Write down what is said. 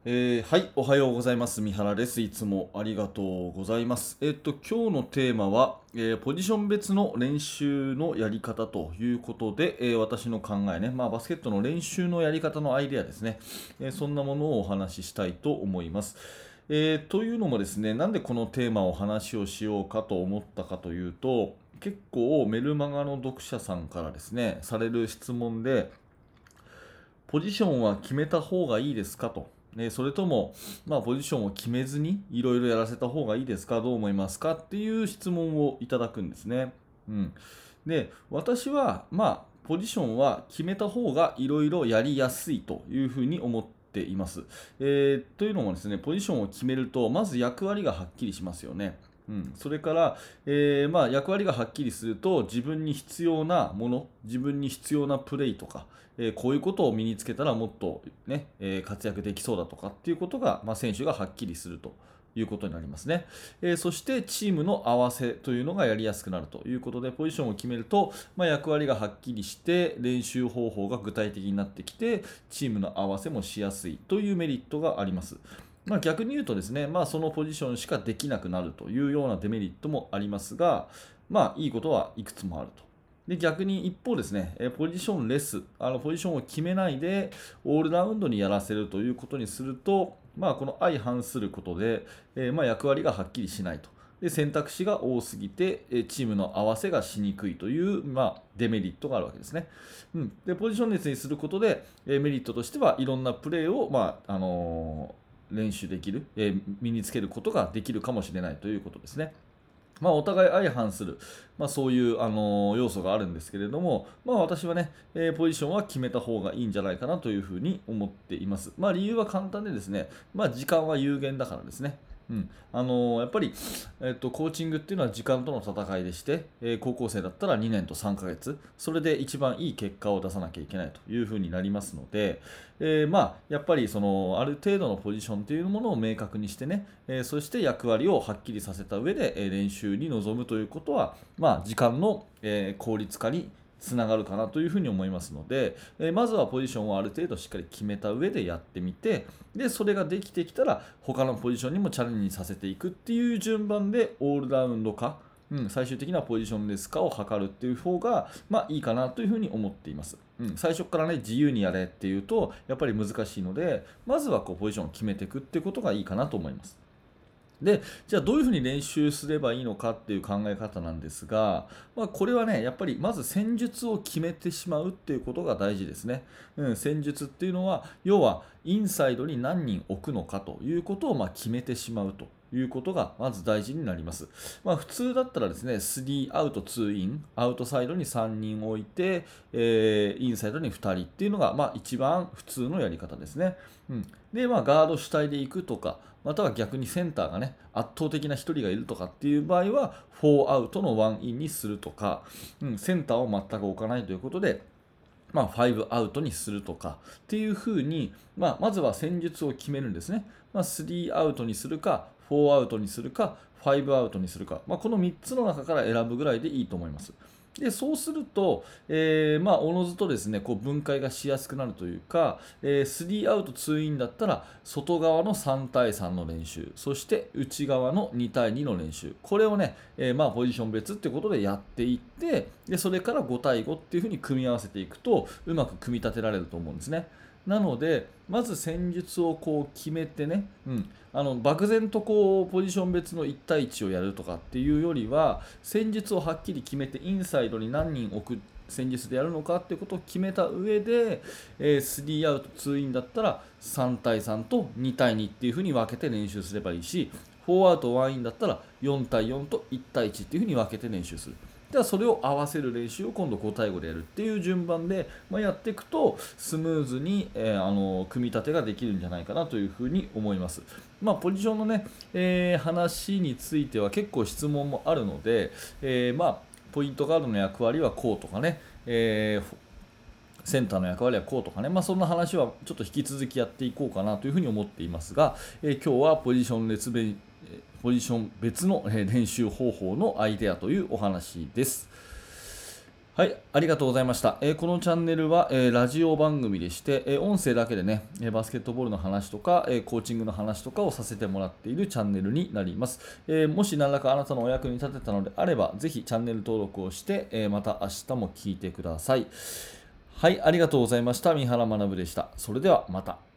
はい、おはようございます。三原です。いつもありがとうございます。今日のテーマは、ポジション別の練習のやり方ということで、私の考えね、バスケットの練習のやり方のアイデアですね、そんなものをお話ししたいと思います。というのもですね、なんでこのテーマを話をしようかと思ったかというと、結構メルマガの読者さんからですね、される質問で、ポジションは決めた方がいいですかと。それとも、ポジションを決めずにいろいろやらせた方がいいですか、どう思いますかっていう質問をいただくんですね。うん、で、私は、ポジションは決めた方がいろいろやりやすいというふうに思っています。というのもですね、ポジションを決めると、まず役割がはっきりしますよね。それから、役割がはっきりすると自分に必要なもの、自分に必要なプレイとか、こういうことを身につけたらもっと、ね活躍できそうだとかっていうことが、選手がはっきりするということになりますね。そしてチームの合わせというのがやりやすくなるということで、ポジションを決めると、役割がはっきりして練習方法が具体的になってきて、チームの合わせもしやすいというメリットがあります。逆に言うとですね、そのポジションしかできなくなるというようなデメリットもありますが、いいことはいくつもあると。で、逆に一方ですね、ポジションレス、ポジションを決めないで、オールラウンドにやらせるということにすると、この相反することで、役割がはっきりしないと。で、選択肢が多すぎて、チームの合わせがしにくいという、デメリットがあるわけですね。で、ポジションレスにすることで、メリットとしてはいろんなプレーを、練習できる、身につけることができるかもしれないということですね。お互い相反する、そういう、要素があるんですけれども、私はね、ポジションは決めた方がいいんじゃないかなというふうに思っています。理由は簡単でですね、時間は有限だからですね。やっぱり、コーチングっていうのは時間との戦いでして、高校生だったら2年と3ヶ月、それで一番いい結果を出さなきゃいけないというふうになりますので、やっぱりある程度のポジションというものを明確にしてね、そして役割をはっきりさせた上で、練習に臨むということは、時間の、効率化につながるかなというふうに思いますので、まずはポジションをある程度しっかり決めた上でやってみて、でそれができてきたら他のポジションにもチャレンジさせていくっていう順番でオールラウンド化、最終的なポジションレス化を図るっていう方が、いいかなというふうに思っています。最初からね自由にやれっていうとやっぱり難しいので、まずはポジションを決めていくっていうことがいいかなと思います。で、じゃあどういうふうに練習すればいいのかっていう考え方なんですが、これはね、やっぱりまず戦術を決めてしまうっていうことが大事ですね。戦術っていうのは、要はインサイドに何人置くのかということを決めてしまうということがまず大事になります。普通だったらですね、3アウト2イン、アウトサイドに3人置いて、インサイドに2人っていうのが一番普通のやり方ですね。で、ガード主体で行くとか、または逆にセンターがね、圧倒的な1人がいるとかっていう場合は、4アウトの1インにするとか、センターを全く置かないということで、5アウトにするとかっていうふうに、まずは戦術を決めるんですね。3アウトにするか、4アウトにするか、5アウトにするか、この3つの中から選ぶぐらいでいいと思います。でそうすると、おのずとですね、分解がしやすくなるというか、3アウト2インだったら、外側の3対3の練習、そして内側の2対2の練習、これをね、ポジション別っていうことでやっていって、でそれから5対5っていうふうに組み合わせていくと、うまく組み立てられると思うんですね。なので、まず戦術を決めてね、漠然とポジション別の1対1をやるとかっていうよりは、戦術をはっきり決めて、インサイドに何人置く戦術でやるのかっていうことを決めた上で、3アウト2インだったら3対3と2対2っていうふうに分けて練習すればいいし、4アウト1インだったら4対4と1対1っていうふうに分けて練習する。ではそれを合わせる練習を今度5対5でやるっていう順番で、やっていくとスムーズに、組み立てができるんじゃないかなというふうに思います。ポジションのね、話については結構質問もあるので、ポイントガードの役割はこうとかね、センターの役割はこうとかね、そんな話はちょっと引き続きやっていこうかなというふうに思っていますが、今日はポジション別の練習方法のアイデアというお話です。 はい、ありがとうございました。このチャンネルは、ラジオ番組でして、音声だけでね、バスケットボールの話とか、コーチングの話とかをさせてもらっているチャンネルになります。もし何らかあなたのお役に立てたのであれば、ぜひチャンネル登録をして、また明日も聞いてください。はい、ありがとうございました。三原学でした。それではまた。